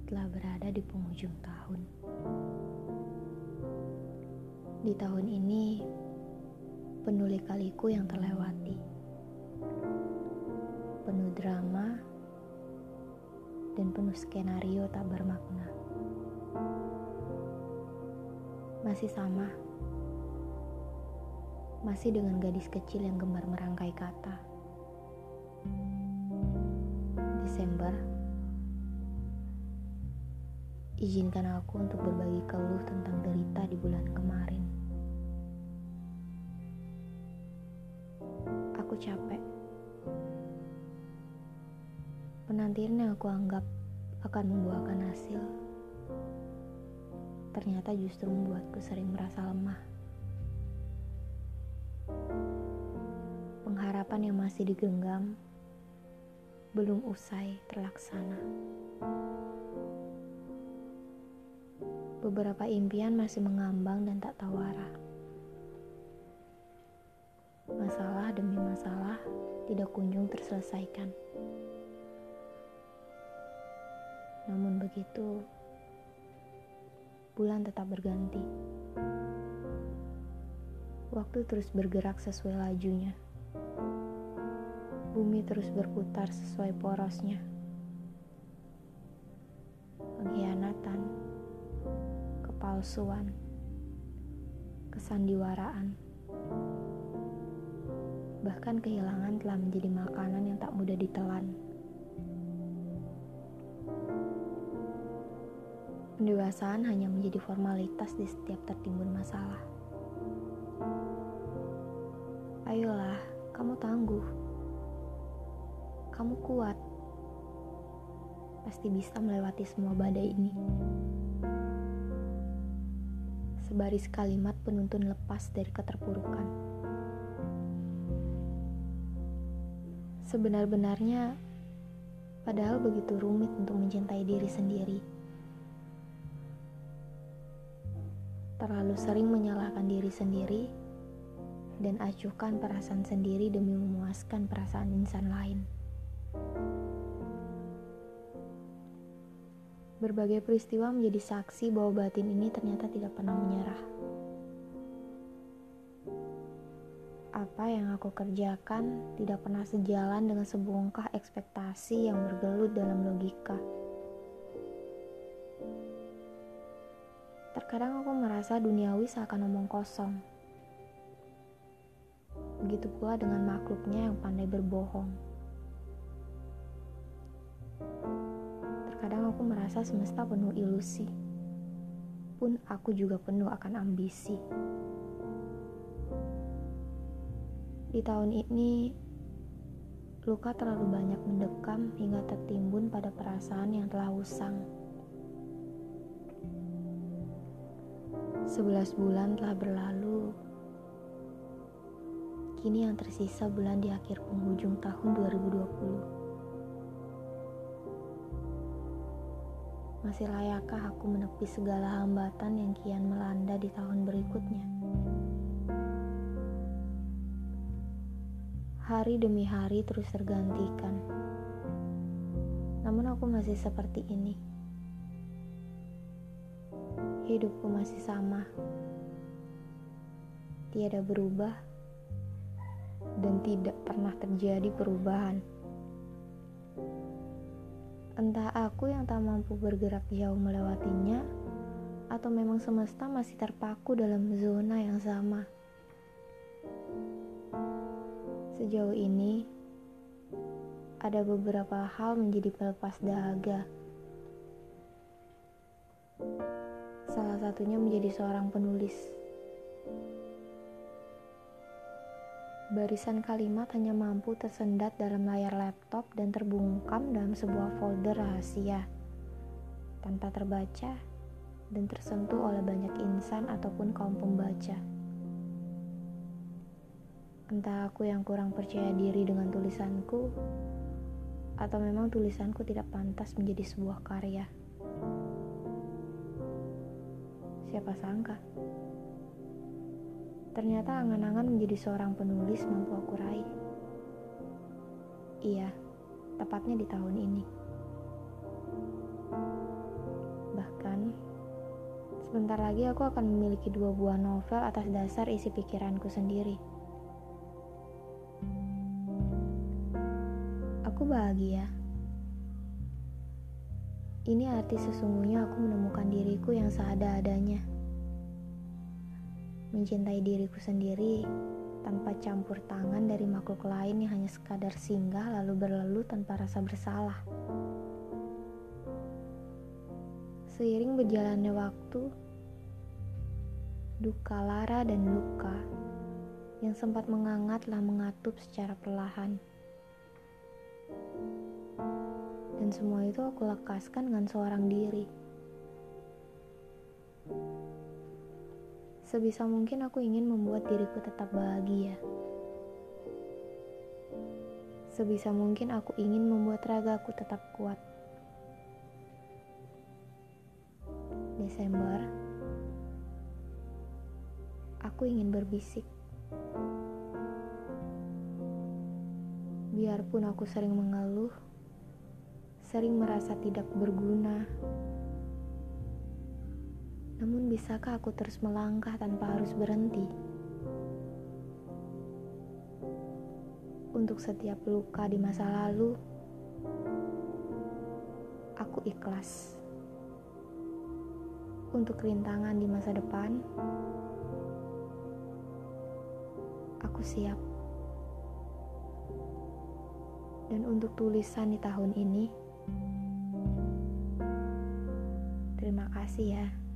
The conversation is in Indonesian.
telah berada di penghujung tahun. Di tahun ini, penuh lika-liku yang terlewati. Penuh drama dan penuh skenario tak bermakna. Masih sama. Masih dengan gadis kecil yang gemar merangkai kata. Desember, izinkan aku untuk berbagi keluh tentang derita di bulan kemarin. Aku capek. Penantian yang aku anggap akan membuahkan hasil, ternyata justru membuatku sering merasa lemah. Pengharapan yang masih digenggam belum usai terlaksana. Beberapa impian masih mengambang dan tak tahu arah. Masalah demi masalah tidak kunjung terselesaikan. Namun begitu, bulan tetap berganti. Waktu terus bergerak sesuai lajunya. Bumi terus berputar sesuai porosnya. Pengkhianatan, kepalsuan, kesandiwaraan, bahkan kehilangan telah menjadi makanan yang tak mudah ditelan. Pendewasaan hanya menjadi formalitas di setiap tertimbun masalah. Ayolah, kamu tangguh. Kamu kuat. Pasti bisa melewati semua badai ini. Sebaris kalimat penuntun lepas dari keterpurukan. Sebenar-benarnya, padahal begitu rumit untuk mencintai diri sendiri. Terlalu sering menyalahkan diri sendiri dan acuhkan perasaan sendiri demi memuaskan perasaan insan lain. Berbagai peristiwa menjadi saksi bahwa batin ini ternyata tidak pernah menyerah. Apa yang aku kerjakan tidak pernah sejalan dengan sebongkah ekspektasi yang bergelut dalam logika. Terkadang aku merasa duniawi seakan omong kosong. Begitu pula dengan makhluknya yang pandai berbohong. Terkadang aku merasa semesta penuh ilusi. Pun aku juga penuh akan ambisi. Di tahun ini, luka terlalu banyak mendekam hingga tertimbun pada perasaan yang telah usang. 11 bulan telah berlalu. Kini yang tersisa bulan di akhir penghujung tahun 2020. Masih layakkah aku menepi segala hambatan yang kian melanda di tahun berikutnya? Hari demi hari terus tergantikan. Namun aku masih seperti ini. Hidupku masih sama. Tiada berubah dan tidak pernah terjadi perubahan. Entah aku yang tak mampu bergerak jauh melewatinya, atau memang semesta masih terpaku dalam zona yang sama. Sejauh ini, ada beberapa hal menjadi pelepas dahaga. Salah satunya menjadi seorang penulis. Barisan kalimat hanya mampu tersendat dalam layar laptop dan terbungkam dalam sebuah folder rahasia, tanpa terbaca dan tersentuh oleh banyak insan ataupun kaum pembaca. Entah aku yang kurang percaya diri dengan tulisanku, atau memang tulisanku tidak pantas menjadi sebuah karya. Siapa sangka? Ternyata angan-angan menjadi seorang penulis mampu aku raih. Iya, tepatnya di tahun ini. Sebentar lagi aku akan memiliki 2 buah novel atas dasar isi pikiranku sendiri. Aku bahagia. Ini arti sesungguhnya aku menemukan diriku yang seada-adanya. Mencintai diriku sendiri tanpa campur tangan dari makhluk lain yang hanya sekadar singgah lalu berlalu tanpa rasa bersalah. Seiring berjalannya waktu, duka lara dan luka yang sempat menganga telah mengatup secara perlahan. Dan semua itu aku lekaskan dengan seorang diri. Sebisa mungkin aku ingin membuat diriku tetap bahagia. Sebisa mungkin aku ingin membuat ragaku tetap kuat. Desember, aku ingin berbisik. Biarpun aku sering mengeluh, sering merasa tidak berguna, namun bisakah aku terus melangkah tanpa harus berhenti? Untuk setiap luka di masa lalu, aku ikhlas. Untuk rintangan di masa depan, aku siap. Dan untuk tulisan di tahun ini, terima kasih ya.